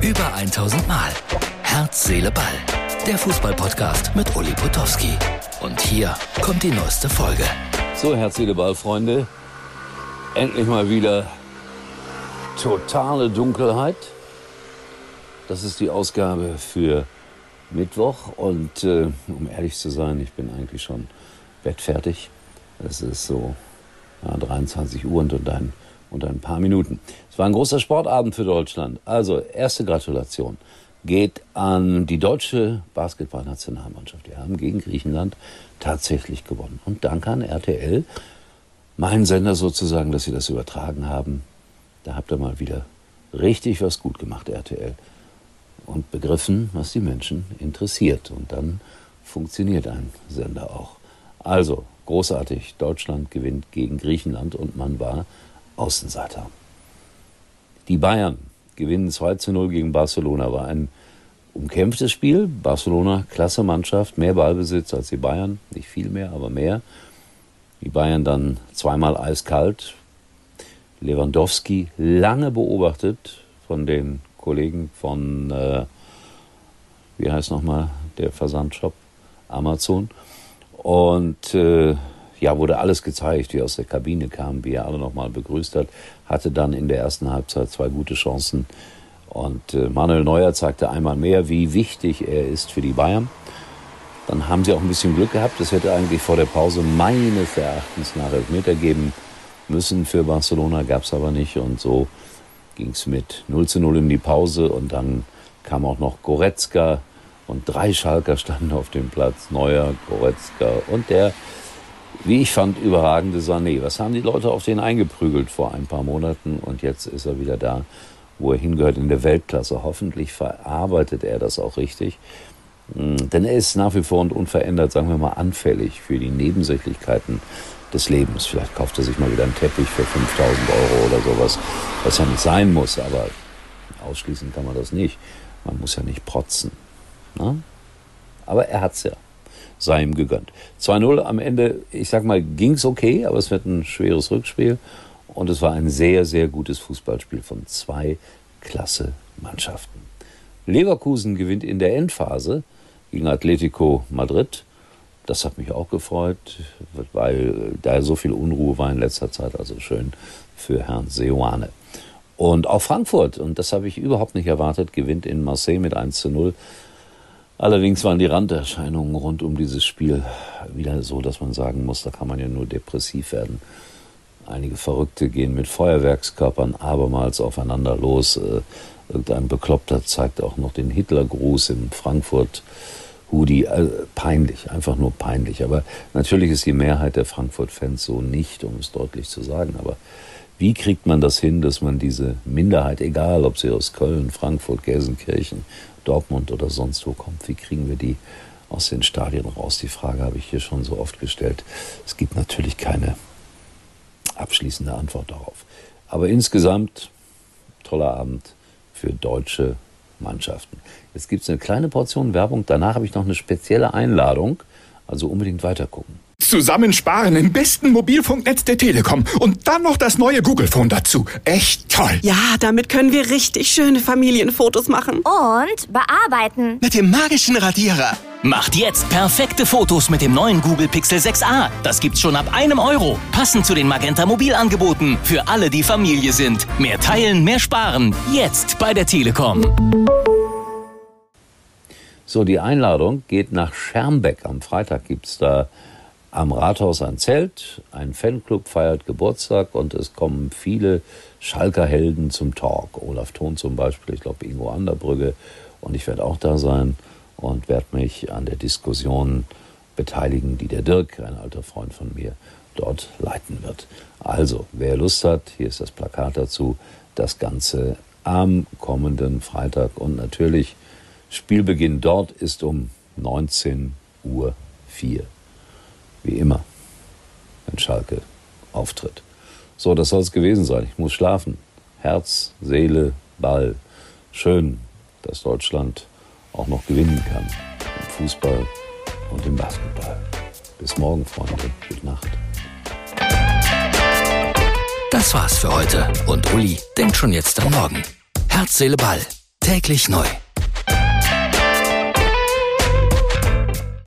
Über 1000 Mal. Herz, Seele, Ball. Der Fußball-Podcast mit Uli Potowski. Und hier kommt die neueste Folge. So, Herz, Seele, Ball, Freunde. Endlich mal wieder totale Dunkelheit. Das ist die Ausgabe für Mittwoch. Und um ehrlich zu sein, ich bin eigentlich schon bettfertig. Es ist so 23 Uhr und ein paar Minuten. Es war ein großer Sportabend für Deutschland. Also, erste Gratulation geht an die deutsche Basketballnationalmannschaft. Die haben gegen Griechenland tatsächlich gewonnen. Und danke an RTL, mein Sender sozusagen, dass sie das übertragen haben. Da habt ihr mal wieder richtig was gut gemacht, RTL. Und begriffen, was die Menschen interessiert. Und dann funktioniert ein Sender auch. Also, großartig. Deutschland gewinnt gegen Griechenland und man war Außenseiter. Die Bayern gewinnen 2-0 gegen Barcelona. War ein umkämpftes Spiel. Barcelona, klasse Mannschaft, mehr Ballbesitz als die Bayern. Nicht viel mehr, aber mehr. Die Bayern dann zweimal eiskalt. Lewandowski lange beobachtet von den Kollegen von, wie heißt nochmal der Versandshop? Amazon. Und wurde alles gezeigt, wie er aus der Kabine kam, wie er alle nochmal begrüßt hat. Hatte dann in der ersten Halbzeit 2 gute Chancen. Und Manuel Neuer zeigte einmal mehr, wie wichtig er ist für die Bayern. Dann haben sie auch ein bisschen Glück gehabt. Es hätte eigentlich vor der Pause meines Erachtens nach Elfmeter geben müssen. Für Barcelona gab es aber nicht. Und so ging es mit 0-0 in die Pause. Und dann kam auch noch Goretzka. Und 3 Schalker standen auf dem Platz. Neuer, Goretzka und der, wie ich fand, überragende Sané. Was haben die Leute auf den eingeprügelt vor ein paar Monaten? Und jetzt ist er wieder da, wo er hingehört, in der Weltklasse. Hoffentlich verarbeitet er das auch richtig. Denn er ist nach wie vor und unverändert, sagen wir mal, anfällig für die Nebensächlichkeiten des Lebens. Vielleicht kauft er sich mal wieder einen Teppich für 5.000 € oder sowas, was ja nicht sein muss. Aber ausschließen kann man das nicht. Man muss ja nicht protzen. Na? Aber er hat's ja. Sei ihm gegönnt. 2-0 am Ende, ich sag mal, ging's okay, aber es wird ein schweres Rückspiel. Und es war ein sehr, sehr gutes Fußballspiel von 2 klasse Mannschaften. Leverkusen gewinnt in der Endphase gegen Atletico Madrid. Das hat mich auch gefreut, weil da so viel Unruhe war in letzter Zeit. Also schön für Herrn Seoane. Und auch Frankfurt, und das habe ich überhaupt nicht erwartet, gewinnt in Marseille mit 1-0. Allerdings waren die Randerscheinungen rund um dieses Spiel wieder so, dass man sagen muss, da kann man ja nur depressiv werden. Einige Verrückte gehen mit Feuerwerkskörpern abermals aufeinander los. Irgendein Bekloppter zeigt auch noch den Hitlergruß im Frankfurt-Hoodie. Peinlich, einfach nur peinlich. Aber natürlich ist die Mehrheit der Frankfurt-Fans so nicht, um es deutlich zu sagen. Aber wie kriegt man das hin, dass man diese Minderheit, egal ob sie aus Köln, Frankfurt, Gelsenkirchen, Dortmund oder sonst wo kommt, wie kriegen wir die aus den Stadien raus? Die Frage habe ich hier schon so oft gestellt. Es gibt natürlich keine abschließende Antwort darauf. Aber insgesamt toller Abend für deutsche Mannschaften. Jetzt gibt es eine kleine Portion Werbung. Danach habe ich noch eine spezielle Einladung. Also unbedingt weitergucken. Zusammensparen im besten Mobilfunknetz der Telekom und dann noch das neue Google-Phone dazu. Echt toll. Ja, damit können wir richtig schöne Familienfotos machen. Und bearbeiten. Mit dem magischen Radierer. Macht jetzt perfekte Fotos mit dem neuen Google Pixel 6a. Das gibt's schon ab €1. Passend zu den Magenta Mobilangeboten. Für alle, die Familie sind. Mehr teilen, mehr sparen. Jetzt bei der Telekom. So, die Einladung geht nach Schermbeck. Am Freitag gibt's da am Rathaus ein Zelt, ein Fanclub feiert Geburtstag und es kommen viele Schalker Helden zum Talk. Olaf Thon zum Beispiel, ich glaube Ingo Anderbrügge, und ich werde auch da sein und werde mich an der Diskussion beteiligen, die der Dirk, ein alter Freund von mir, dort leiten wird. Also, wer Lust hat, hier ist das Plakat dazu, das Ganze am kommenden Freitag und natürlich Spielbeginn dort ist um 19:04 Uhr. Wie immer, wenn Schalke auftritt. So, das soll es gewesen sein. Ich muss schlafen. Herz, Seele, Ball. Schön, dass Deutschland auch noch gewinnen kann. Im Fußball und im Basketball. Bis morgen, Freunde. Gute Nacht. Das war's für heute. Und Uli denkt schon jetzt am Morgen. Herz, Seele, Ball. Täglich neu.